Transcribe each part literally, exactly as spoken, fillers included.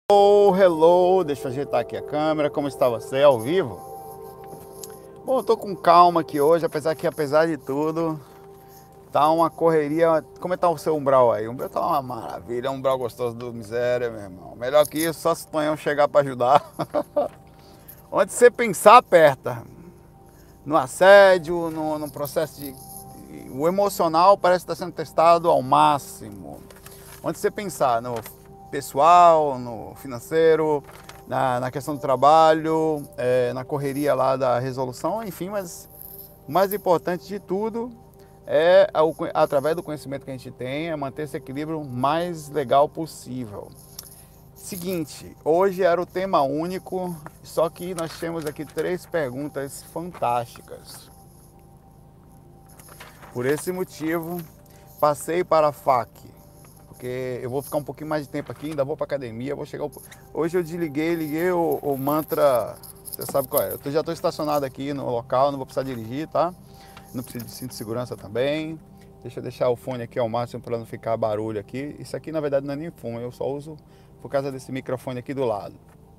Oh, hello, deixa eu ajeitar aqui a câmera. Como está você ao vivo? Bom, eu tô com calma aqui hoje, apesar que, apesar de tudo, tá uma correria. Como é que tá o seu umbral aí? O umbral tá uma maravilha, é um umbral gostoso do miséria, meu irmão. Melhor que isso, só se o Tonhão chegar para ajudar. Onde você pensar, aperta. No assédio, no, no processo de... O emocional parece estar sendo testado ao máximo. Onde você pensar, no pessoal, no financeiro, na, na questão do trabalho, é, na correria lá da resolução, enfim, mas o mais importante de tudo é, através do conhecimento que a gente tem, é manter esse equilíbrio mais legal possível. Seguinte, hoje era o tema único, só que nós temos aqui três perguntas fantásticas. Por esse motivo, passei para a F A Q. Porque eu vou ficar um pouquinho mais de tempo aqui, ainda vou para academia, vou chegar... Hoje eu desliguei, liguei o, o mantra, você sabe qual é. Eu já estou estacionado aqui no local, não vou precisar dirigir, tá? Não preciso de cinto de segurança também. Deixa eu deixar o fone aqui ao máximo para não ficar barulho aqui. Isso aqui na verdade não é nem fone, eu só uso por causa desse microfone aqui do lado.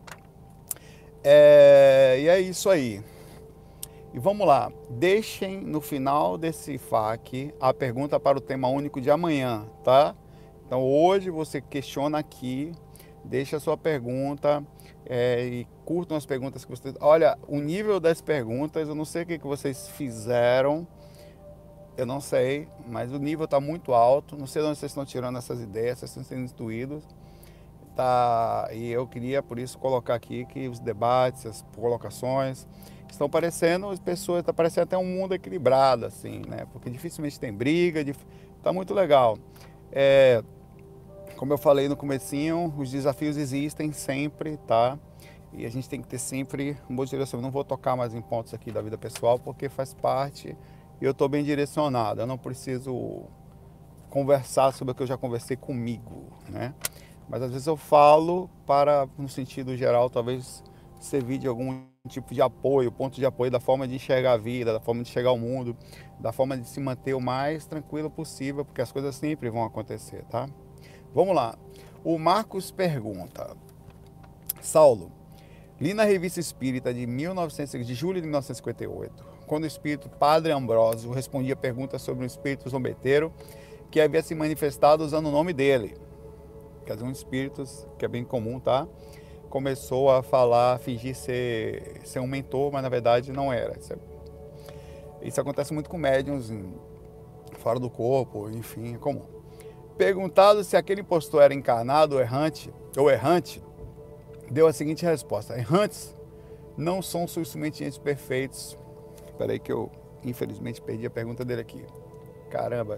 É... E é isso aí. E vamos lá, deixem no final desse F A Q a pergunta para o tema único de amanhã, tá? Então hoje você questiona aqui, deixa a sua pergunta é, e curtam as perguntas que vocês... Olha, o nível das perguntas, eu não sei o que, que vocês fizeram, eu não sei, mas o nível está muito alto, não sei de onde vocês estão tirando essas ideias, vocês estão sendo instruídos. Tá, e eu queria, por isso, colocar aqui que os debates, as colocações, estão parecendo, as pessoas, está parecendo até um mundo equilibrado, assim, né? Porque dificilmente tem briga, está muito legal. É... Como eu falei no comecinho, os desafios existem sempre, tá? E a gente tem que ter sempre um bom direcionamento. Não vou tocar mais em pontos aqui da vida pessoal, porque faz parte e eu estou bem direcionado. Eu não preciso conversar sobre o que eu já conversei comigo, né? Mas às vezes eu falo para, no sentido geral, talvez servir de algum tipo de apoio, ponto de apoio da forma de enxergar a vida, da forma de enxergar o mundo, da forma de se manter o mais tranquilo possível, porque as coisas sempre vão acontecer, tá? Vamos lá. O Marcos pergunta: Saulo, li na Revista Espírita de, mil e novecentos, de julho de mil novecentos e cinquenta e oito, quando o espírito Padre Ambrósio respondia perguntas sobre um espírito zombeteiro que havia se manifestado usando o nome dele. Quer dizer, um espírito, que é bem comum, tá? Começou a falar, a fingir ser, ser um mentor, mas na verdade não era. Isso, é, isso acontece muito com médiums em, fora do corpo, enfim, é comum. Perguntado se aquele impostor era encarnado ou errante, ou errante, deu a seguinte resposta: errantes não são suficientemente perfeitos. Espera aí que eu, infelizmente, perdi a pergunta dele aqui. Caramba,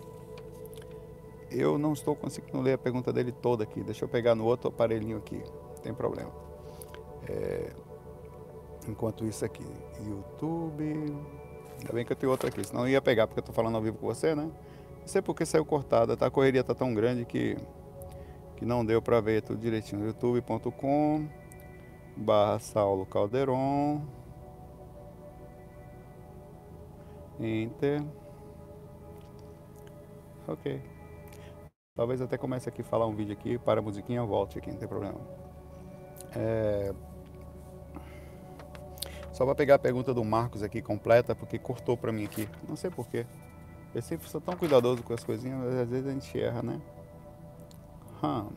eu não estou conseguindo ler a pergunta dele toda aqui. Deixa eu pegar no outro aparelhinho aqui, não tem problema. É... Enquanto isso aqui, YouTube... Ainda bem que eu tenho outro aqui, senão eu ia pegar, porque eu estou falando ao vivo com você, né? Não sei porque saiu cortada, tá? A correria tá tão grande que, que não deu para ver tudo direitinho. youtube ponto com barra Saulo Calderon. Enter. Ok. Talvez até comece aqui a falar um vídeo aqui, para a musiquinha, eu volte aqui, não tem problema. É... Só para pegar a pergunta do Marcos aqui completa, porque cortou para mim aqui. Não sei porquê. Eu sempre sou tão cuidadoso com as coisinhas, mas às vezes a gente erra, né? Hum.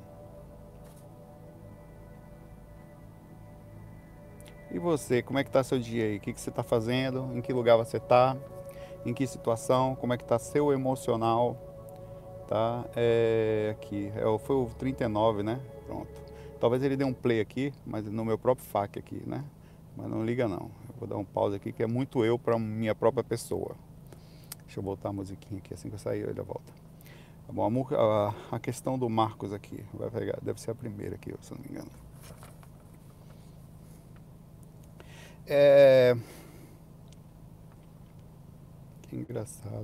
E você, como é que tá seu dia aí? O que, que você tá fazendo? Em que lugar você tá? Em que situação? Como é que tá seu emocional? Tá? É, aqui, é, foi o trinta e nove, né? Pronto. Talvez ele dê um play aqui, mas no meu próprio F A Q aqui, né? Mas não liga não. Eu vou dar um pause aqui, que é muito eu para minha própria pessoa. Deixa eu voltar a musiquinha aqui, assim que eu sair ele volta. Tá bom, a, a questão do Marcos aqui, vai pegar, deve ser a primeira aqui, se não me engano. É... Que engraçado.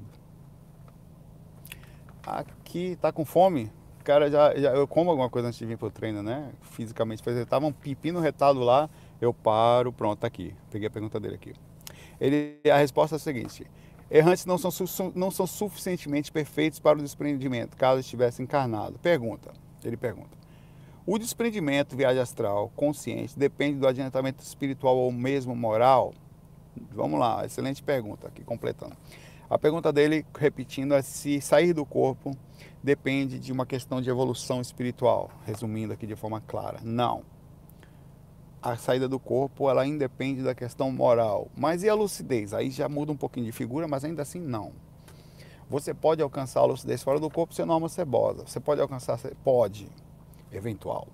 Aqui, tá com fome? Cara, já, já eu como alguma coisa antes de vir pro treino, né? Fisicamente, tava um pepino retado lá, eu paro, pronto, tá aqui. Peguei a pergunta dele aqui. Ele, a resposta é a seguinte: errantes não são, não são suficientemente perfeitos para o desprendimento, caso estivesse encarnado. Pergunta, ele pergunta: O desprendimento, viagem astral, consciente, depende do adiantamento espiritual ou mesmo moral? Vamos lá, excelente pergunta aqui, completando. A pergunta dele, repetindo, é se sair do corpo depende de uma questão de evolução espiritual. Resumindo aqui de forma clara, não. A saída do corpo, ela independe da questão moral. Mas e a lucidez? Aí já muda um pouquinho de figura, mas ainda assim não. Você pode alcançar a lucidez fora do corpo sendo alma cebosa. Você pode alcançar, pode, eventual.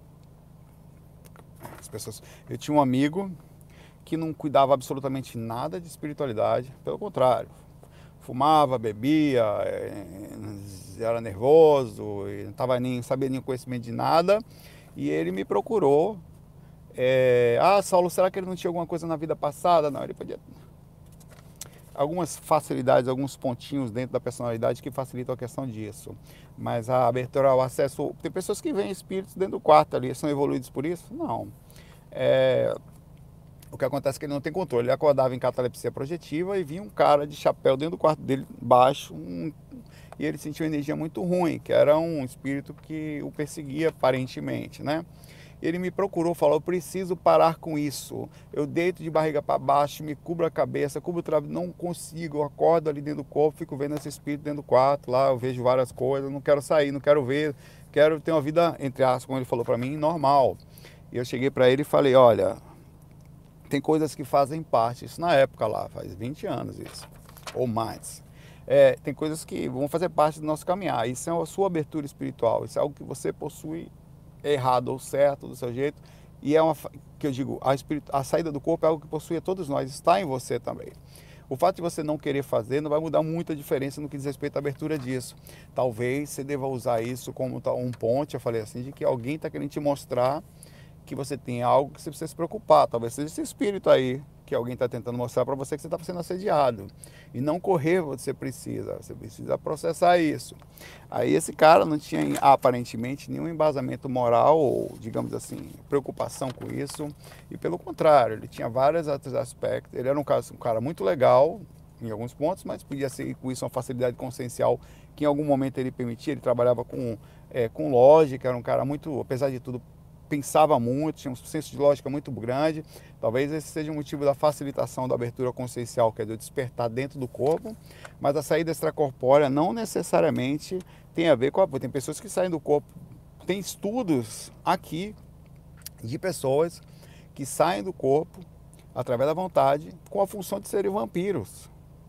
As pessoas, eu tinha um amigo que não cuidava absolutamente nada de espiritualidade, pelo contrário. Fumava, bebia, era nervoso, não tava nem, sabia nem conhecimento de nada. E ele me procurou. É, ah, Saulo, será que ele não tinha alguma coisa na vida passada? Não, ele podia... Algumas facilidades, alguns pontinhos dentro da personalidade que facilitam a questão disso. Mas a abertura ao acesso... Tem pessoas que veem espíritos dentro do quarto ali, são evoluídos por isso? Não. É... O que acontece é que ele não tem controle. Ele acordava em catalepsia projetiva e vinha um cara de chapéu dentro do quarto dele, baixo, um... e ele sentiu uma energia muito ruim, que era um espírito que o perseguia aparentemente, né? Ele me procurou, falou, eu preciso parar com isso. Eu deito de barriga para baixo, me cubro a cabeça, cubro o trabalho, não consigo, eu acordo ali dentro do corpo, fico vendo esse espírito dentro do quarto, lá eu vejo várias coisas, não quero sair, não quero ver, quero ter uma vida, entre aspas, como ele falou para mim, normal. E eu cheguei para ele e falei, olha, tem coisas que fazem parte, isso na época lá, faz vinte anos isso, ou mais. É, tem coisas que vão fazer parte do nosso caminhar, isso é a sua abertura espiritual, isso é algo que você possui errado ou certo, do seu jeito, e é uma, que eu digo, a, espiritu, a saída do corpo é algo que possui a todos nós, está em você também. O fato de você não querer fazer não vai mudar muita diferença no que diz respeito à abertura disso. Talvez você deva usar isso como um ponte, eu falei assim, de que alguém está querendo te mostrar que você tem algo que você precisa se preocupar, talvez seja esse espírito aí, que alguém está tentando mostrar para você que você está sendo assediado. E não correr você precisa, você precisa processar isso. Aí esse cara não tinha aparentemente nenhum embasamento moral ou, digamos assim, preocupação com isso. E pelo contrário, ele tinha vários outros aspectos. Ele era um cara, um cara muito legal em alguns pontos, mas podia ser com isso uma facilidade consciencial que em algum momento ele permitia. Ele trabalhava com, é, com lógica, era um cara muito, apesar de tudo, pensava muito, tinha um senso de lógica muito grande. Talvez esse seja o motivo da facilitação da abertura consciencial, que é do despertar dentro do corpo, mas a saída extracorpórea não necessariamente tem a ver com a... Tem pessoas que saem do corpo, tem estudos aqui de pessoas que saem do corpo através da vontade com a função de serem vampiros.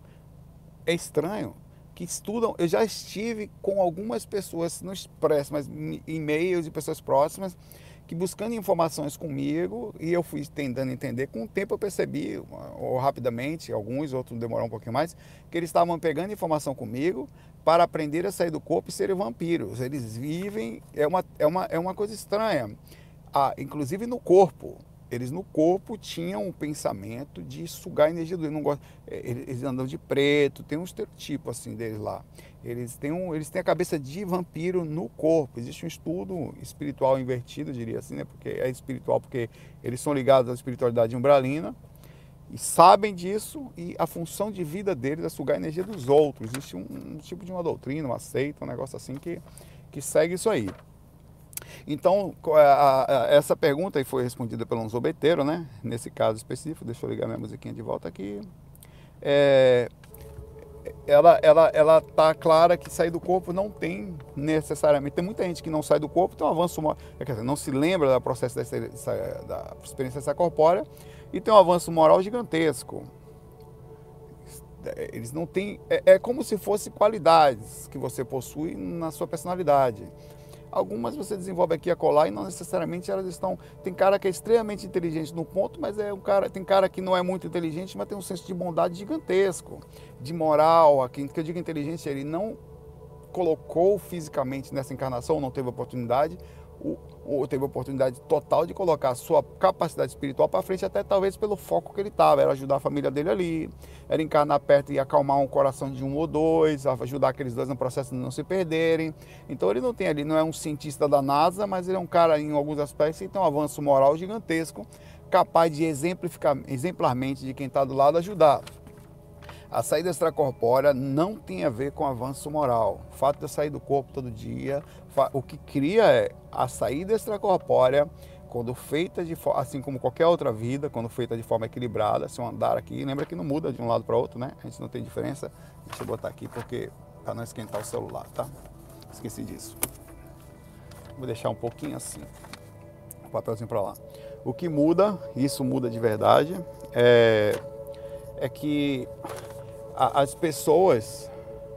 É estranho que estudam, eu já estive com algumas pessoas, não expresso, mas e-mails de pessoas próximas, que buscando informações comigo, e eu fui tentando entender, com o tempo eu percebi, ou rapidamente, alguns, outros demoraram um pouquinho mais, que eles estavam pegando informação comigo para aprender a sair do corpo e serem vampiros. Eles vivem, é uma, é uma, é uma coisa estranha, ah, inclusive no corpo. Eles no corpo tinham um pensamento de sugar a energia do... Eles, não gostam, eles andam de preto, tem um estereotipo assim deles lá. Eles têm, um, eles têm a cabeça de vampiro no corpo. Existe um estudo espiritual invertido, eu diria assim, né? Porque é espiritual, porque eles são ligados à espiritualidade umbralina e sabem disso, e a função de vida deles é sugar a energia dos outros. Existe um, um tipo de uma doutrina, uma seita, um negócio assim que, que segue isso aí. Então, a, a, essa pergunta aí foi respondida pelo um zombeteiro, né? Nesse caso específico, deixa eu ligar minha musiquinha de volta aqui. É, ela, ela, ela tá clara que sair do corpo não tem necessariamente... Tem muita gente que não sai do corpo, tem um avanço... Quer dizer, não se lembra do processo dessa, da experiência extracorpórea e tem um avanço moral gigantesco. Eles não têm... É, é como se fosse qualidades que você possui na sua personalidade. Algumas você desenvolve aqui e acolá e não necessariamente elas estão... Tem cara que é extremamente inteligente no ponto, mas é um cara... Tem cara que não é muito inteligente, mas tem um senso de bondade gigantesco, de moral. Aqui, que eu digo inteligente, ele não colocou fisicamente nessa encarnação, não teve oportunidade, ou teve oportunidade total de colocar a sua capacidade espiritual para frente, até talvez pelo foco que ele estava, era ajudar a família dele ali, era encarnar perto e acalmar um coração de um ou dois, ajudar aqueles dois no processo de não se perderem. Então ele não tem ali, não é um cientista da NASA, mas ele é um cara em alguns aspectos que tem um avanço moral gigantesco, capaz de exemplificar, exemplarmente de quem está do lado ajudar. A saída extracorpórea não tem a ver com avanço moral. O fato de eu sair do corpo todo dia, o que cria é a saída extracorpórea, quando feita de forma, assim como qualquer outra vida, quando feita de forma equilibrada, se eu andar aqui, lembra que não muda de um lado para outro, né? A gente não tem diferença. Deixa eu botar aqui porque para não esquentar o celular, tá? Esqueci disso. Vou deixar um pouquinho assim, o papelzinho para lá. O que muda, isso muda de verdade, é, é que a, as pessoas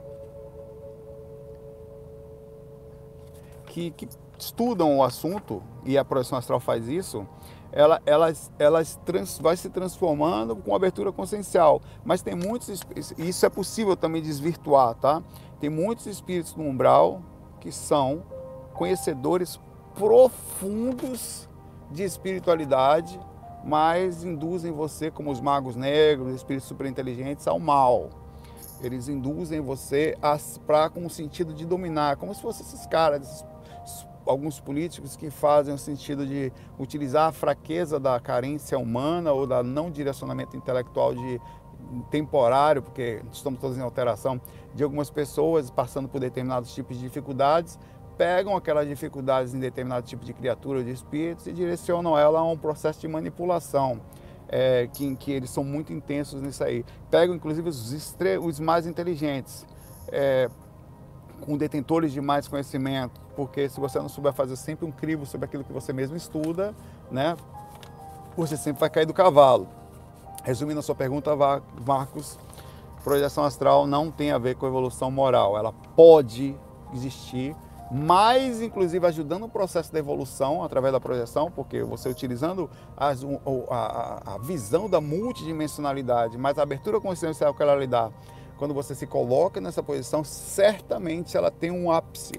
que, que estudam o assunto, e a projeção astral faz isso, ela, elas, elas trans, vai se transformando com abertura consciencial. Mas tem muitos, isso é possível também desvirtuar, tá? Tem muitos espíritos no umbral que são conhecedores profundos de espiritualidade, mas induzem você, como os magos negros, espíritos superinteligentes, ao mal. Eles induzem você para com o sentido de dominar, como se fossem esses caras, esses, alguns políticos que fazem o sentido de utilizar a fraqueza da carência humana ou da não direcionamento intelectual de temporário, porque estamos todos em alteração, de algumas pessoas passando por determinados tipos de dificuldades, pegam aquelas dificuldades em determinado tipo de criatura ou de espíritos e direcionam ela a um processo de manipulação, é, que, em que eles são muito intensos nisso aí. Pegam inclusive os, estre... os mais inteligentes, é, com detentores de mais conhecimento, porque se você não souber fazer sempre um crivo sobre aquilo que você mesmo estuda, né, você sempre vai cair do cavalo. Resumindo a sua pergunta, Marcos, projeção astral não tem a ver com evolução moral. Ela pode existir, mas inclusive ajudando o processo da evolução através da projeção, porque você utilizando as, a, a visão da multidimensionalidade, mas a abertura consciencial que ela lhe dá, quando você se coloca nessa posição, certamente ela tem um ápice,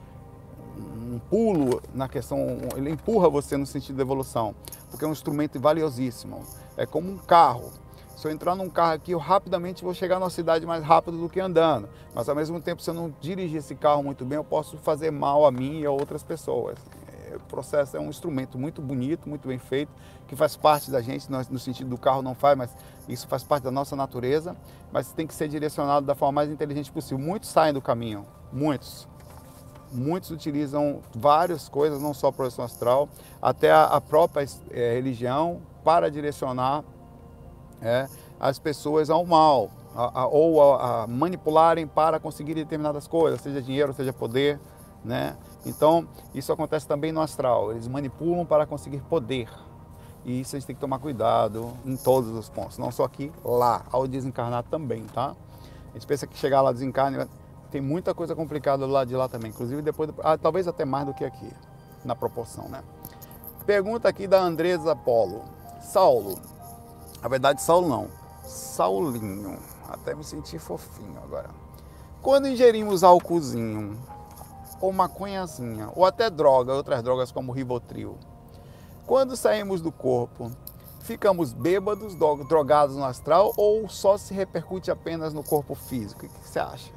um, um pulo na questão, ele empurra você no sentido da evolução, porque é um instrumento valiosíssimo. É como um carro. Se eu entrar num carro aqui, eu rapidamente vou chegar numa cidade mais rápido do que andando. Mas ao mesmo tempo, se eu não dirigir esse carro muito bem, eu posso fazer mal a mim e a outras pessoas. O processo é um instrumento muito bonito, muito bem feito, que faz parte da gente, no sentido do carro não faz, mas isso faz parte da nossa natureza, mas tem que ser direcionado da forma mais inteligente possível. Muitos saem do caminho, muitos. Muitos utilizam várias coisas, não só a projeção astral, até a, a própria é, religião, para direcionar é, as pessoas ao mal, a, a, ou a, a manipularem para conseguir determinadas coisas, seja dinheiro, seja poder, né? Então, isso acontece também no astral, eles manipulam para conseguir poder, e isso a gente tem que tomar cuidado em todos os pontos, não só aqui, lá, ao desencarnar também, tá? A gente pensa que chegar lá desencarne, tem muita coisa complicada do lado de lá também, inclusive depois, ah, talvez até mais do que aqui, na proporção, né? Pergunta aqui da Andresa Polo. Saulo, na verdade Saulo não, Saulinho, até me senti fofinho agora. Quando ingerimos álcoolzinho, ou maconhazinha, ou até droga, outras drogas como Rivotril, quando saímos do corpo, ficamos bêbados, drogados no astral, ou só se repercute apenas no corpo físico? O que você acha?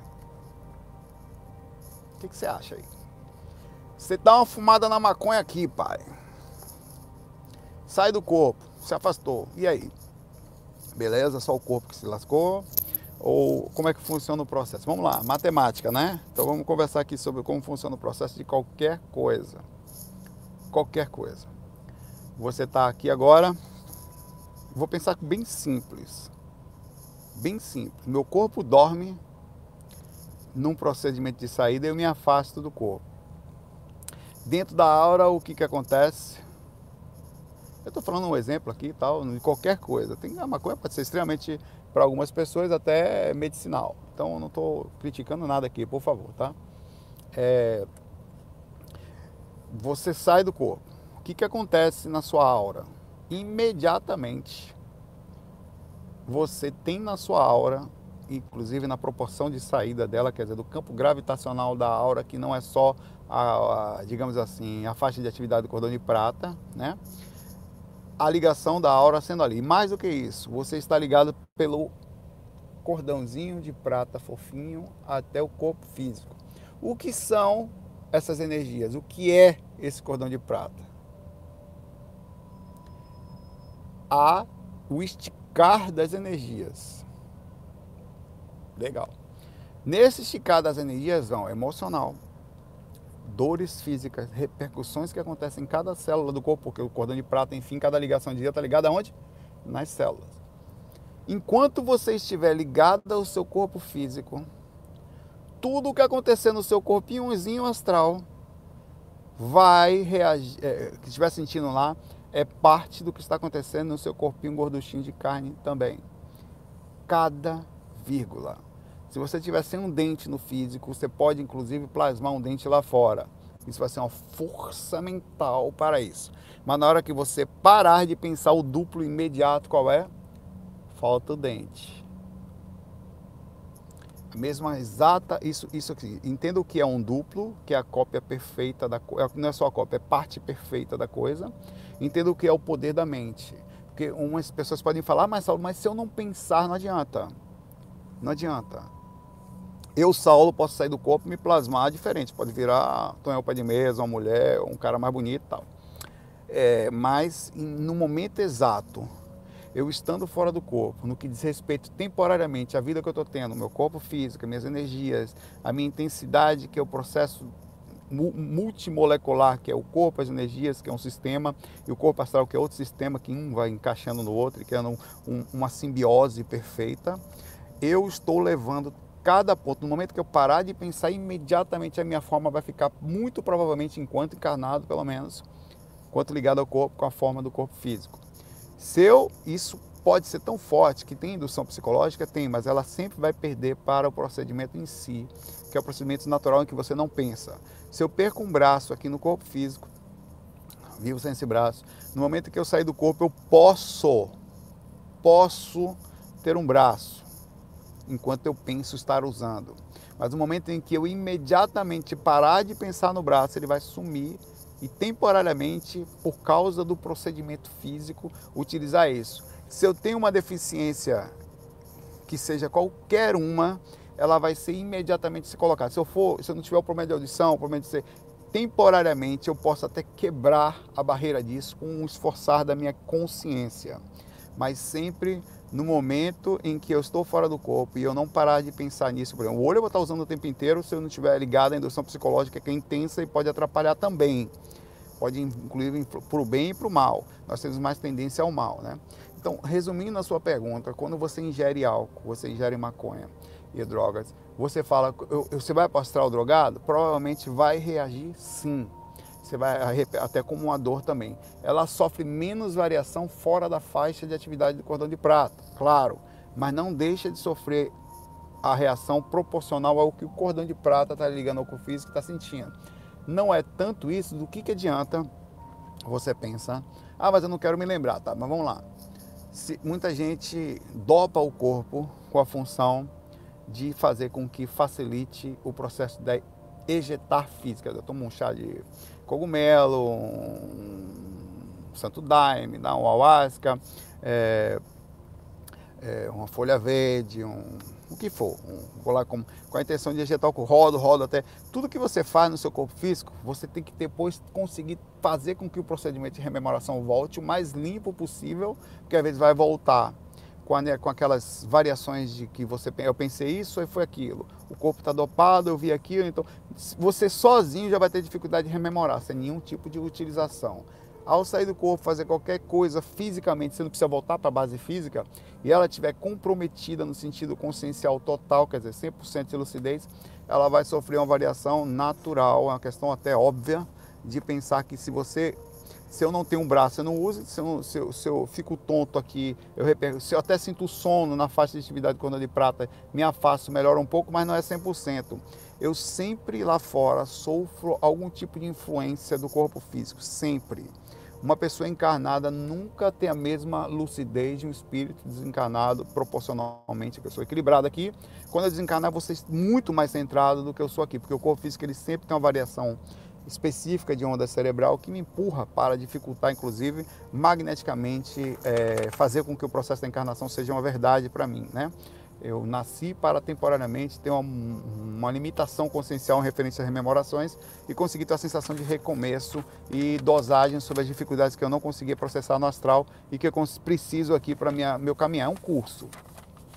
O que você acha aí? Você dá uma fumada na maconha aqui, pai. Sai do corpo, se afastou. E aí? Beleza? Só o corpo que se lascou? Ou como é que funciona o processo? Vamos lá, matemática, né? Então vamos conversar aqui sobre como funciona o processo de qualquer coisa. Qualquer coisa. Você está aqui agora, vou pensar bem simples. Bem simples. Meu corpo dorme num procedimento de saída e eu me afasto do corpo. Dentro da aura, o que que acontece? Eu estou falando um exemplo aqui e tal, de qualquer coisa. Tem, a maconha pode ser extremamente, para algumas pessoas, até medicinal. Então eu não estou criticando nada aqui, por favor, tá? É, você sai do corpo. O que que acontece na sua aura? Imediatamente, você tem na sua aura, inclusive na proporção de saída dela, quer dizer, do campo gravitacional da aura, que não é só, a, a, digamos assim, a faixa de atividade do cordão de prata, né? A ligação da aura sendo ali. Mais do que isso, você está ligado pelo cordãozinho de prata fofinho até o corpo físico. O que são essas energias? O que é esse cordão de prata? Há o esticar das energias. Legal. Nesse esticar das energias, não, emocional, dores físicas, repercussões que acontecem em cada célula do corpo, porque o cordão de prata, enfim, cada ligação de dia está ligada aonde? Nas células. Enquanto você estiver ligado ao seu corpo físico, tudo o que acontecer no seu corpinhozinho astral vai reagir, é, que estiver sentindo lá, é parte do que está acontecendo no seu corpinho gorduchinho de carne também. Cada vírgula. Se você tiver sem um dente no físico, você pode inclusive plasmar um dente lá fora. Isso vai ser uma força mental para isso. Mas na hora que você parar de pensar o duplo imediato, qual é? Falta o dente. A mesma exata, isso, isso aqui. Entenda o que é um duplo, que é a cópia perfeita da coisa. Não é só a cópia, é parte perfeita da coisa. Entenda o que é o poder da mente. Porque umas pessoas podem falar, mas Saulo, mas se eu não pensar, não adianta. Não adianta. Eu, Saulo, posso sair do corpo e me plasmar diferente. Pode virar Tonhão Pé de Mesa, uma mulher, um cara mais bonito e tal. É, mas no momento exato, eu estando fora do corpo, no que diz respeito temporariamente à vida que eu estou tendo, meu corpo físico, minhas energias, a minha intensidade, que é o processo multimolecular, que é o corpo, as energias, que é um sistema, e o corpo astral, que é outro sistema, que um vai encaixando no outro, criando um, um, uma simbiose perfeita. Eu estou levando cada ponto. No momento que eu parar de pensar, imediatamente a minha forma vai ficar, muito provavelmente, enquanto encarnado, pelo menos, enquanto ligado ao corpo, com a forma do corpo físico. Se eu, isso pode ser tão forte que tem indução psicológica, tem, mas ela sempre vai perder para o procedimento em si, que é o procedimento natural em que você não pensa. Se eu perco um braço aqui no corpo físico, vivo sem esse braço, no momento que eu sair do corpo, eu posso, posso ter um braço, enquanto eu penso estar usando. Mas no momento em que eu imediatamente parar de pensar no braço, ele vai sumir e temporariamente, por causa do procedimento físico, utilizar isso. Se eu tenho uma deficiência, que seja qualquer uma, ela vai ser imediatamente se colocada. Se eu for, se eu não tiver o problema de audição, o problema de ser, temporariamente eu posso até quebrar a barreira disso com um esforçar da minha consciência. Mas sempre no momento em que eu estou fora do corpo e eu não parar de pensar nisso, por exemplo, o olho eu vou estar usando o tempo inteiro se eu não estiver ligado à indução psicológica, que é intensa e pode atrapalhar também. Pode incluir para o bem e para o mal. Nós temos mais tendência ao mal, né? Então, resumindo a sua pergunta, quando você ingere álcool, você ingere maconha e drogas, você fala, você vai para o astral drogado? Provavelmente vai reagir sim. Você vai até como uma dor também. Ela sofre menos variação fora da faixa de atividade do cordão de prata, claro, mas não deixa de sofrer a reação proporcional ao que o cordão de prata está ligando ao corpo físico e está sentindo. Não é tanto isso, do que, que adianta você pensar, ah, mas eu não quero me lembrar, tá? Mas vamos lá. Se, muita gente dopa o corpo com a função de fazer com que facilite o processo da ejetar física. Eu tomo um chá de cogumelo, um santo daime, um ayahuasca, é, é, uma folha verde, um, o que for, um, vou lá com, com a intenção de ejetar o corpo, rodo, rodo até. Tudo que você faz no seu corpo físico, você tem que depois conseguir fazer com que o procedimento de rememoração volte o mais limpo possível, porque às vezes vai voltar com, a, com aquelas variações de que você, eu pensei isso e foi aquilo, o corpo está dopado, eu vi aquilo, então você sozinho já vai ter dificuldade de rememorar, sem nenhum tipo de utilização. Ao sair do corpo, fazer qualquer coisa fisicamente, você não precisa voltar para a base física, e ela estiver comprometida no sentido consciencial total, quer dizer, cem por cento de lucidez, ela vai sofrer uma variação natural, é uma questão até óbvia, de pensar que se você, se eu não tenho um braço, eu não uso, se eu, se eu, se eu fico tonto aqui, eu reperco, se eu até sinto sono na faixa de atividade de cordão de prata, me afasto, melhora um pouco, mas não é cem por cento. Eu sempre lá fora sofro algum tipo de influência do corpo físico, sempre. Uma pessoa encarnada nunca tem a mesma lucidez de um espírito desencarnado, proporcionalmente a pessoa equilibrada aqui. Quando eu desencarnar, eu vou ser muito mais centrado do que eu sou aqui, porque o corpo físico ele sempre tem uma variação específica de onda cerebral que me empurra para dificultar, inclusive, magneticamente, é, fazer com que o processo da encarnação seja uma verdade para mim, né? Eu nasci para temporariamente ter uma, uma limitação consciencial em referência às rememorações e consegui ter a sensação de recomeço e dosagem sobre as dificuldades que eu não conseguia processar no astral e que eu preciso aqui para meu caminhar. É um curso.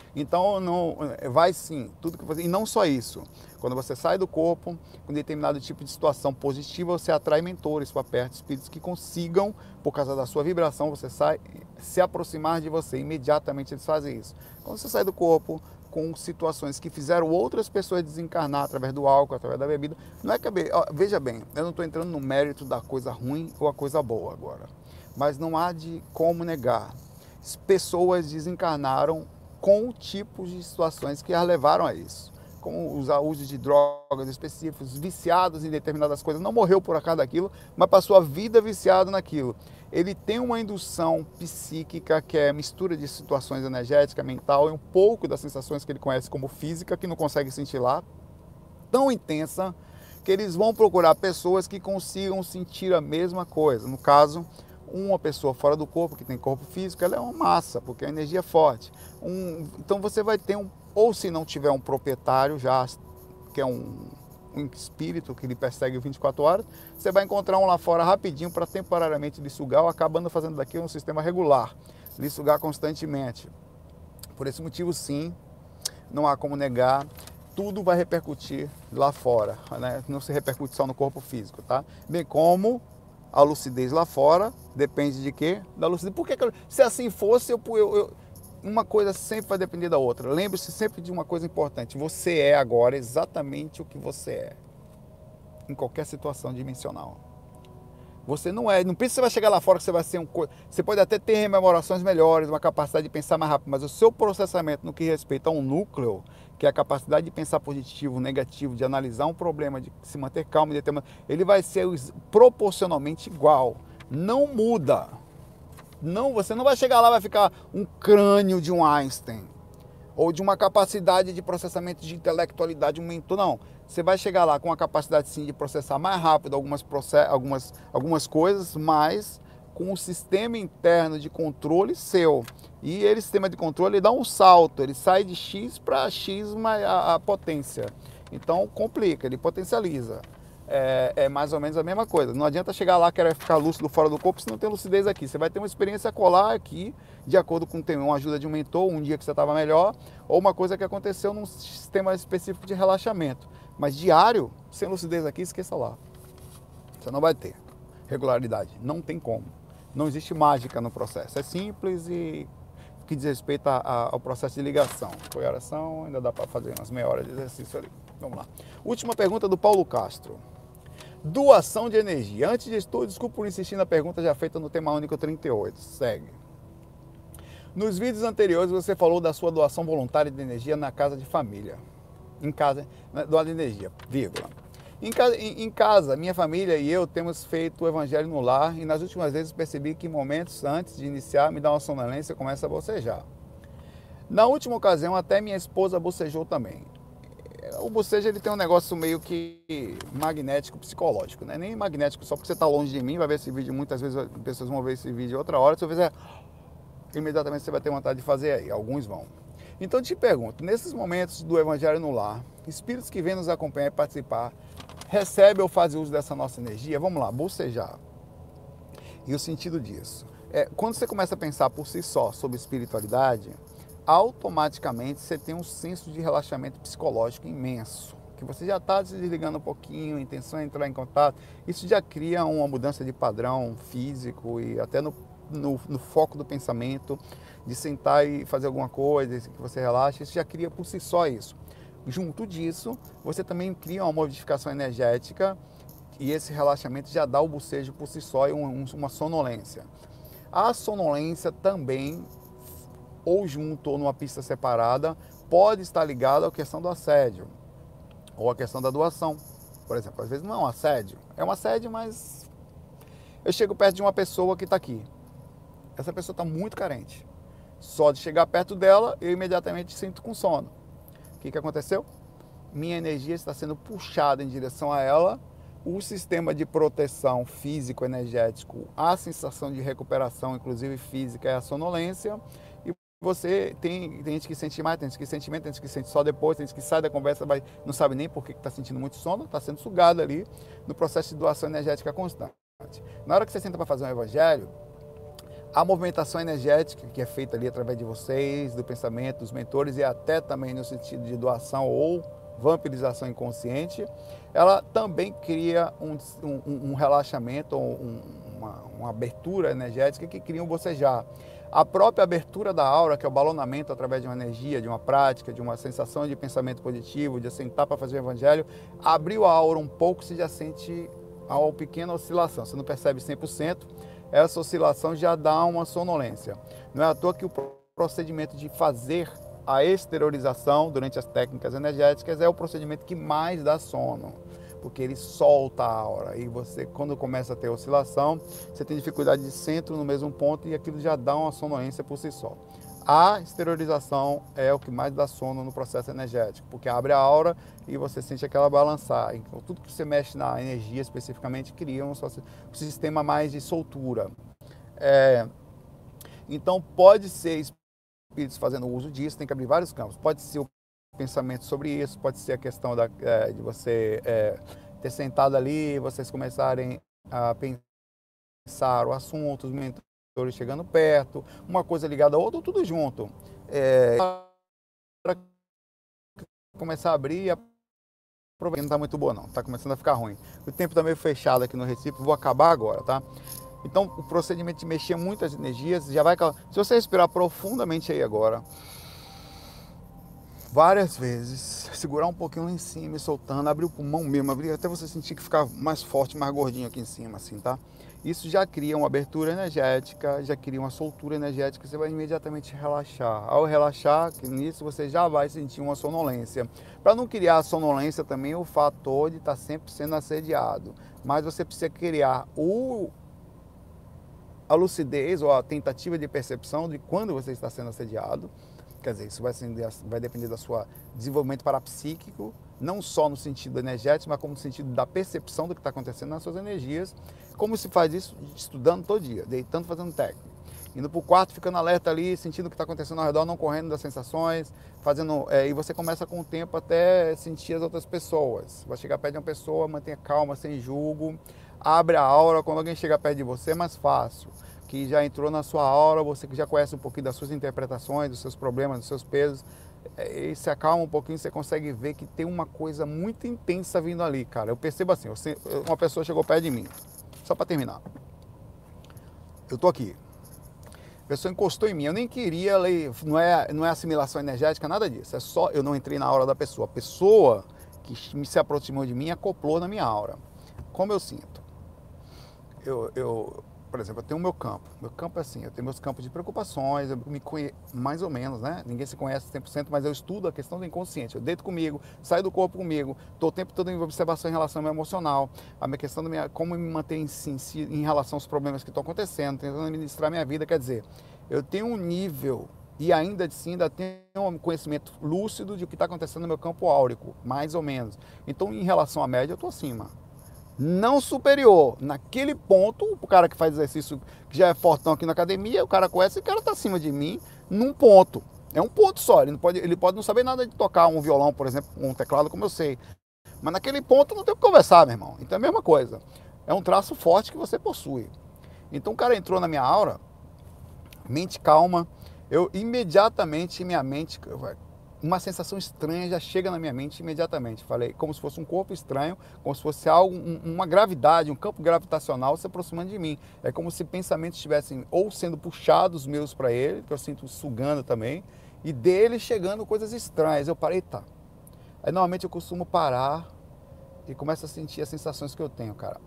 Então, não, vai sim, tudo que você... E não só isso. Quando você sai do corpo, com determinado tipo de situação positiva, você atrai mentores para perto, espíritos que consigam, por causa da sua vibração, você sai, se aproximar de você. Imediatamente eles fazem isso. Quando você sai do corpo, com situações que fizeram outras pessoas desencarnar através do álcool, através da bebida, não é que... Veja bem, eu não estou entrando no mérito da coisa ruim ou a coisa boa agora. Mas não há de como negar. Pessoas desencarnaram com tipos de situações que as levaram a isso. Como usar uso de drogas específicos, viciados em determinadas coisas. Não morreu por acaso daquilo, mas passou a vida viciado naquilo. Ele tem uma indução psíquica, que é mistura de situações energéticas, mental, e um pouco das sensações que ele conhece como física, que não consegue sentir lá, tão intensa, que eles vão procurar pessoas que consigam sentir a mesma coisa. No caso, uma pessoa fora do corpo, que tem corpo físico, ela é uma massa, porque a energia é forte. Um, então você vai ter um, ou se não tiver um proprietário já, que é um, um espírito que lhe persegue vinte e quatro horas, você vai encontrar um lá fora rapidinho para temporariamente lhe sugar, ou acabando fazendo daqui um sistema regular, lhe sugar constantemente. Por esse motivo, sim, não há como negar, tudo vai repercutir lá fora, né? Não se repercute só no corpo físico, tá? Bem como a lucidez lá fora depende de quê? Da lucidez. Por que, que eu, se assim fosse, eu, eu, eu, uma coisa sempre vai depender da outra. Lembre-se sempre de uma coisa importante. Você é agora exatamente o que você é. Em qualquer situação dimensional. Você não é, não pensa que você vai chegar lá fora que você vai ser um... Você pode até ter rememorações melhores, uma capacidade de pensar mais rápido, mas o seu processamento no que respeita a um núcleo, que é a capacidade de pensar positivo, negativo, de analisar um problema, de se manter calmo, de ter... ele vai ser proporcionalmente igual. Não muda. Não, você não vai chegar lá e vai ficar um crânio de um Einstein, ou de uma capacidade de processamento de intelectualidade, um mentor, não. Você vai chegar lá com a capacidade sim de processar mais rápido algumas, algumas, algumas coisas, mas com um sistema interno de controle seu. E ele, sistema de controle, ele dá um salto, ele sai de X para X a, a potência. Então complica, ele potencializa. É, é mais ou menos a mesma coisa. Não adianta chegar lá, querer ficar lúcido fora do corpo se não tem lucidez aqui. Você vai ter uma experiência colar aqui, de acordo com uma ajuda de um mentor, um dia que você estava melhor, ou uma coisa que aconteceu num sistema específico de relaxamento. Mas diário, sem lucidez aqui, esqueça lá. Você não vai ter regularidade. Não tem como. Não existe mágica no processo. É simples e que diz respeito a, a, ao processo de ligação. Foi oração, ainda dá para fazer umas meia hora de exercício ali. Vamos lá. Última pergunta do Paulo Castro. Doação de energia. Antes de tudo, desculpa por insistir na pergunta já feita no tema único trinta e oito. Segue. Nos vídeos anteriores você falou da sua doação voluntária de energia na casa de família. Em casa, doar de energia, vírgula. Em casa, em, em casa, minha família e eu temos feito o evangelho no lar e nas últimas vezes percebi que momentos antes de iniciar me dá uma sonolência e começa a bocejar. Na última ocasião até minha esposa bocejou também. O bocejo ele tem um negócio meio que magnético, psicológico, né? Nem magnético só porque você está longe de mim, vai ver esse vídeo, muitas vezes as pessoas vão ver esse vídeo outra hora, se eu fizer, imediatamente você vai ter vontade de fazer aí, alguns vão. Então te pergunto, nesses momentos do Evangelho no Lar, espíritos que vêm nos acompanhar e participar, recebem ou fazem uso dessa nossa energia? Vamos lá, bocejar. E o sentido disso? É, quando você começa a pensar por si só sobre espiritualidade, automaticamente você tem um senso de relaxamento psicológico imenso, que você já está se desligando um pouquinho, a intenção é entrar em contato, isso já cria uma mudança de padrão físico e até no, no, no foco do pensamento, de sentar e fazer alguma coisa, que você relaxa, isso já cria por si só isso. Junto disso, você também cria uma modificação energética e esse relaxamento já dá o bocejo por si só e um, uma sonolência. A sonolência também, ou junto ou numa pista separada, pode estar ligada à questão do assédio ou à questão da doação. Por exemplo, às vezes não é um assédio, é um assédio, mas eu chego perto de uma pessoa que está aqui. Essa pessoa está muito carente. Só de chegar perto dela, eu imediatamente sinto com sono. O que, que aconteceu? Minha energia está sendo puxada em direção a ela, o sistema de proteção físico-energético, a sensação de recuperação, inclusive física, é a sonolência, e você tem, tem gente que sente mais, tem gente que sente menos, tem gente que sente só depois, tem gente que sai da conversa, vai, não sabe nem por que está sentindo muito sono, está sendo sugado ali no processo de doação energética constante. Na hora que você senta para fazer um evangelho, A movimentação energética que é feita ali através de vocês, do pensamento, dos mentores e até também no sentido de doação ou vampirização inconsciente, ela também cria um, um, um relaxamento, um, uma, uma abertura energética que cria um bocejar. A própria abertura da aura, que é o balonamento através de uma energia, de uma prática, de uma sensação de pensamento positivo, de assentar para fazer o evangelho, abriu a aura um pouco, você já sente uma pequena oscilação. Você não percebe cem por cento, essa oscilação já dá uma sonolência. Não é à toa que o procedimento de fazer a exteriorização durante as técnicas energéticas é o procedimento que mais dá sono, porque ele solta a aura e você, quando começa a ter oscilação, você tem dificuldade de centro no mesmo ponto e aquilo já dá uma sonolência por si só. A exteriorização é o que mais dá sono no processo energético, porque abre a aura e você sente aquela balançar. Então, tudo que você mexe na energia especificamente cria um sistema mais de soltura. É, então pode ser espíritos fazendo uso disso, tem que abrir vários campos. Pode ser o pensamento sobre isso, pode ser a questão da, é, de você é, ter sentado ali, vocês começarem a pensar o assunto, os mentores chegando perto, uma coisa ligada a outra, tudo junto. É, começar a abrir, a não está muito boa não, está começando a ficar ruim. O tempo está meio fechado aqui no Recife, vou acabar agora, tá? Então, o procedimento de mexer muitas energias, já vai... Se você respirar profundamente aí agora, várias vezes, segurar um pouquinho lá em cima e soltando, abrir o pulmão mesmo, abrir até você sentir que fica mais forte, mais gordinho aqui em cima, assim, tá? Isso já cria uma abertura energética, já cria uma soltura energética, você vai imediatamente relaxar. Ao relaxar, nisso você já vai sentir uma sonolência. Para não criar a sonolência também, o fator de estar sempre sendo assediado. Mas você precisa criar o... a lucidez ou a tentativa de percepção de quando você está sendo assediado. Quer dizer, isso vai, vai depender do seu desenvolvimento parapsíquico, não só no sentido energético, mas como no sentido da percepção do que está acontecendo nas suas energias. Como se faz isso? Estudando todo dia, deitando, fazendo técnica. Indo para o quarto, ficando alerta ali, sentindo o que está acontecendo ao redor, não correndo das sensações, fazendo, é, e você começa com o tempo até sentir as outras pessoas. Vai chegar perto de uma pessoa, mantenha calma, sem julgo, abre a aura. Quando alguém chega perto de você é mais fácil, que já entrou na sua aura, você que já conhece um pouquinho das suas interpretações, dos seus problemas, dos seus pesos, e se acalma um pouquinho, você consegue ver que tem uma coisa muito intensa vindo ali, cara. Eu percebo assim, uma pessoa chegou perto de mim, só para terminar. Eu tô aqui, a pessoa encostou em mim, eu nem queria, não é, não é assimilação energética, nada disso, é só, eu não entrei na aura da pessoa. A pessoa que se aproximou de mim acoplou na minha aura. Como eu sinto? Eu... eu Por exemplo, eu tenho o meu campo. Meu campo é assim, eu tenho meus campos de preocupações, eu me conheço mais ou menos, né? Ninguém se conhece cem por cento, mas eu estudo a questão do inconsciente. Eu deito comigo, saio do corpo comigo, estou o tempo todo em observação em relação ao meu emocional, a minha questão da minha, como me manter em, em, em relação aos problemas que estão acontecendo, tentando administrar minha vida. Quer dizer, eu tenho um nível, e ainda assim, ainda tenho um conhecimento lúcido de o que está acontecendo no meu campo áurico, mais ou menos. Então, em relação à média, eu estou acima. Não superior. Naquele ponto, o cara que faz exercício, que já é fortão aqui na academia, o cara conhece, o cara tá acima de mim num ponto. É um ponto só. Ele, não pode, ele pode não saber nada de tocar um violão, por exemplo, um teclado, como eu sei. Mas naquele ponto não tem o que conversar, meu irmão. Então é a mesma coisa. É um traço forte que você possui. Então o cara entrou na minha aura, mente calma, eu imediatamente, minha mente... uma sensação estranha já chega na minha mente imediatamente. Falei, como se fosse um corpo estranho, como se fosse algo, um, uma gravidade, um campo gravitacional se aproximando de mim. É como se pensamentos estivessem ou sendo puxados meus para ele, que eu sinto sugando também, e dele chegando coisas estranhas. Eu parei, tá. Aí normalmente eu costumo parar e começo a sentir as sensações que eu tenho, cara.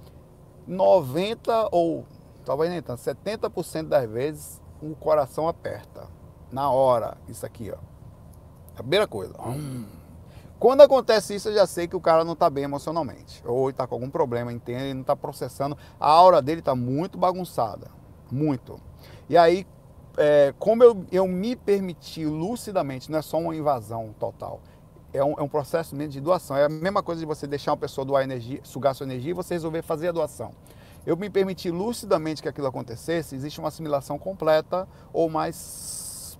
noventa ou talvez nem tanto, setenta por cento das vezes o coração aperta. Na hora, isso aqui, ó. A primeira coisa. Hum. Quando acontece isso, eu já sei que o cara não está bem emocionalmente. Ou está com algum problema, entende? Ele não está processando. A aura dele está muito bagunçada. Muito. E aí, é, como eu, eu me permiti lucidamente, não é só uma invasão total. É um, é um processo mesmo de doação. É a mesma coisa de você deixar uma pessoa doar energia, sugar sua energia e você resolver fazer a doação. Eu me permiti lucidamente que aquilo acontecesse, existe uma assimilação completa ou mais...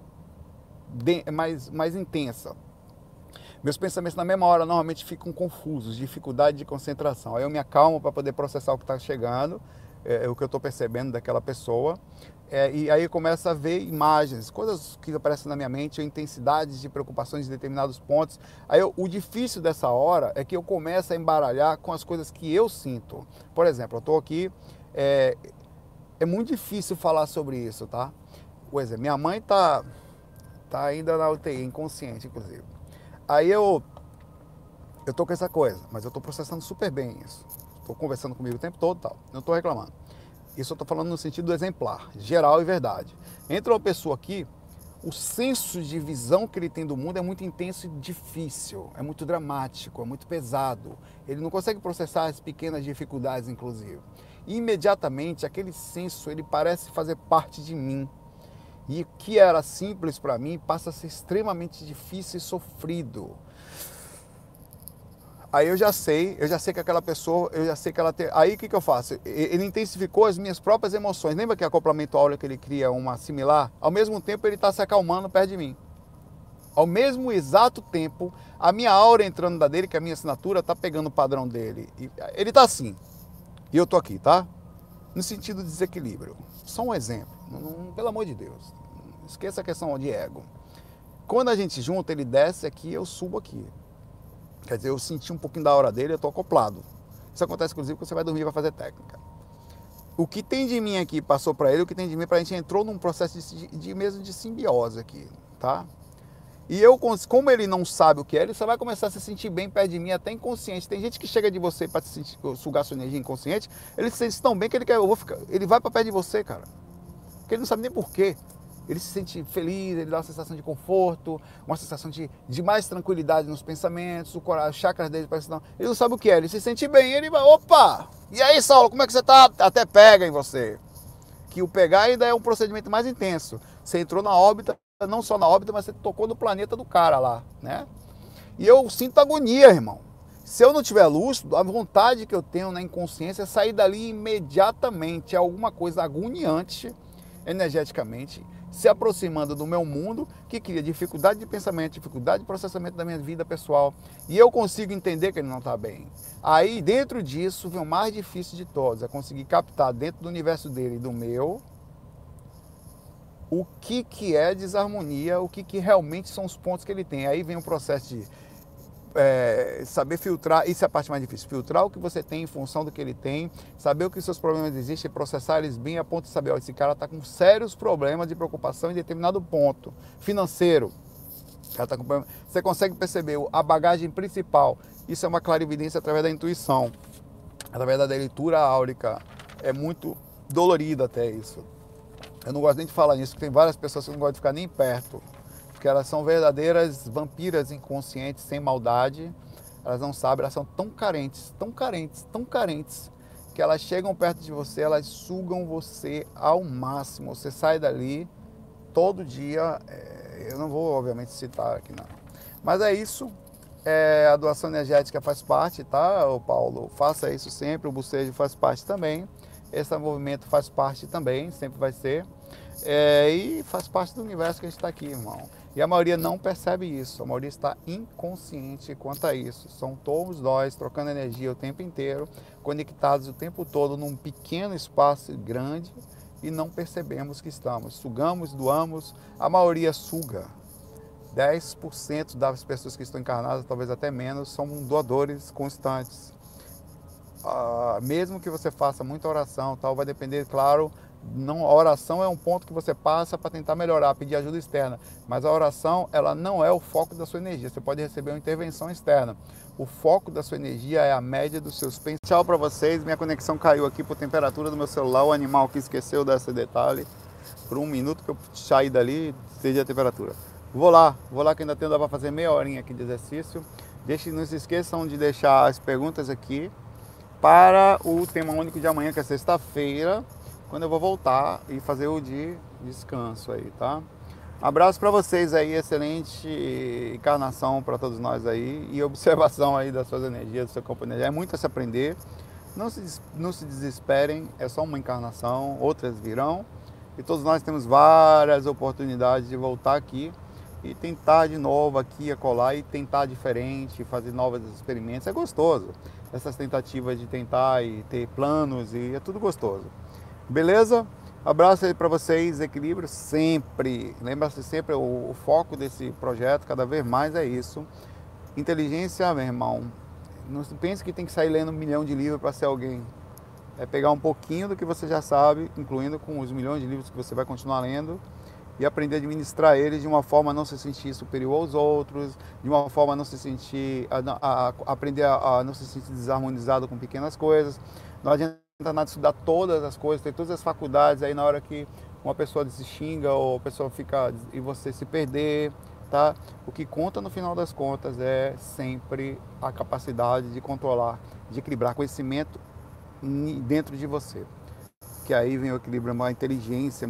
De, mais, mais intensa. Meus pensamentos na mesma hora normalmente ficam confusos, dificuldade de concentração. Aí eu me acalmo para poder processar o que está chegando, é, o que eu estou percebendo daquela pessoa. É, e aí começa a ver imagens, coisas que aparecem na minha mente, intensidades de preocupações em determinados pontos. Aí eu, o difícil dessa hora é que eu começo a embaralhar com as coisas que eu sinto. Por exemplo, eu estou aqui, é, é muito difícil falar sobre isso, tá? Por exemplo, minha mãe tá, tá ainda na U T I, inconsciente, inclusive. Aí eu, eu tô com essa coisa, mas eu tô processando super bem isso. Tô conversando comigo o tempo todo e tal, não tô reclamando. Isso eu tô falando no sentido exemplar, geral e verdade. Entra uma pessoa aqui, o senso de visão que ele tem do mundo é muito intenso e difícil, é muito dramático, é muito pesado. Ele não consegue processar as pequenas dificuldades, inclusive. E, imediatamente, aquele senso, ele parece fazer parte de mim. E o que era simples para mim passa a ser extremamente difícil e sofrido. Aí eu já sei, eu já sei que aquela pessoa, eu já sei que ela tem... Aí o que, que eu faço? Ele intensificou as minhas próprias emoções. Lembra que acoplamento áureo que ele cria uma similar? Ao mesmo tempo ele está se acalmando perto de mim. Ao mesmo exato tempo, a minha aura entrando da dele, que a minha assinatura está pegando o padrão dele. Ele está assim. E eu tô aqui, tá? No sentido de desequilíbrio. Só um exemplo. Não, pelo amor de Deus. Esqueça a questão de ego. Quando a gente junta, ele desce aqui, eu subo aqui. Quer dizer, eu senti um pouquinho da hora dele, eu tô acoplado. Isso acontece, inclusive, quando você vai dormir e vai fazer técnica. O que tem de mim aqui passou para ele, o que tem de mim para a gente entrou num processo de, de mesmo de simbiose aqui, tá? E eu, como ele não sabe o que é, ele só vai começar a se sentir bem perto de mim, até inconsciente. Tem gente que chega de você para sugar sua energia inconsciente, ele se sente tão bem que ele quer, eu vou ficar, ele vai para perto de você, cara. Porque ele não sabe nem por quê. Ele se sente feliz, ele dá uma sensação de conforto, uma sensação de, de mais tranquilidade nos pensamentos, o coração, os chakras dele parece não. Ele não sabe o que é, ele se sente bem, ele vai, opa! E aí, Saulo, como é que você tá? Até pega em você. Que o pegar ainda é um procedimento mais intenso. Você entrou na órbita, não só na órbita, mas você tocou no planeta do cara lá, né? E eu sinto agonia, irmão. Se eu não tiver lúcido, a vontade que eu tenho na inconsciência é sair dali imediatamente. É alguma coisa agoniante, energeticamente, se aproximando do meu mundo, que cria dificuldade de pensamento, dificuldade de processamento da minha vida pessoal. E eu consigo entender que ele não está bem. Aí, dentro disso, vem o mais difícil de todos, é conseguir captar dentro do universo dele e do meu, o que, que é desarmonia, o que, que realmente são os pontos que ele tem. Aí vem o processo de é, saber filtrar, isso é a parte mais difícil, filtrar o que você tem em função do que ele tem, saber o que seus problemas existem, processar eles bem a ponto de saber, ó, esse cara está com sérios problemas de preocupação em determinado ponto, financeiro. Ela tá com problema. Você consegue perceber a bagagem principal, isso é uma clarividência através da intuição, através da leitura áurica, é muito dolorido até isso. Eu não gosto nem de falar nisso, porque tem várias pessoas que não gostam de ficar nem perto, porque elas são verdadeiras vampiras inconscientes, sem maldade. Elas não sabem, elas são tão carentes, tão carentes, tão carentes, que elas chegam perto de você, elas sugam você ao máximo. Você sai dali todo dia, é, eu não vou obviamente citar aqui não. Mas é isso, é, a doação energética faz parte, tá, o Paulo? Faça isso sempre, o bocejo faz parte também. Esse movimento faz parte também, sempre vai ser. É, e faz parte do universo que a gente está aqui, irmão. E a maioria não percebe isso, a maioria está inconsciente quanto a isso. São todos nós trocando energia o tempo inteiro, conectados o tempo todo num pequeno espaço grande e não percebemos que estamos. Sugamos, doamos, a maioria suga. dez por cento das pessoas que estão encarnadas, talvez até menos, são doadores constantes. Ah, mesmo que você faça muita oração, tal, vai depender, claro, não, a oração é um ponto que você passa para tentar melhorar, pedir ajuda externa, mas a oração, ela não é o foco da sua energia. Você pode receber uma intervenção externa. O foco da sua energia é a média dos seus pensamentos. Tchau para vocês, minha conexão caiu aqui por temperatura do meu celular, o animal que esqueceu desse detalhe. Por um minuto que eu saí dali, perdi a temperatura. Vou lá, vou lá que ainda tenho, dá para fazer meia horinha aqui de exercício. Deixe, não se esqueçam de deixar as perguntas aqui para o tema único de amanhã, que é sexta-feira, quando eu vou voltar e fazer o de descanso aí, tá? Abraço para vocês aí, excelente encarnação para todos nós aí e observação aí das suas energias, do seu campo de energia. É muito a se aprender, não se, não se desesperem, é só uma encarnação, outras virão e todos nós temos várias oportunidades de voltar aqui e tentar de novo aqui, acolá e tentar diferente, fazer novos experimentos, é gostoso. essas tentativas de tentar e ter planos, e é tudo gostoso. Beleza? Abraço aí para vocês, equilíbrio sempre. Lembra-se sempre, o, o foco desse projeto cada vez mais é isso. Inteligência, meu irmão, não pense que tem que sair lendo um milhão de livros para ser alguém. É pegar um pouquinho do que você já sabe, incluindo com os milhões de livros que você vai continuar lendo, e aprender a administrar eles de uma forma a não se sentir superior aos outros, de uma forma a não se sentir, a, a, a aprender a, a não se sentir desarmonizado com pequenas coisas. Não adianta nada estudar todas as coisas, ter todas as faculdades, aí na hora que uma pessoa se xinga ou a pessoa fica e você se perder, tá? O que conta no final das contas é sempre a capacidade de controlar, de equilibrar conhecimento dentro de você. Que aí vem o equilíbrio, uma inteligência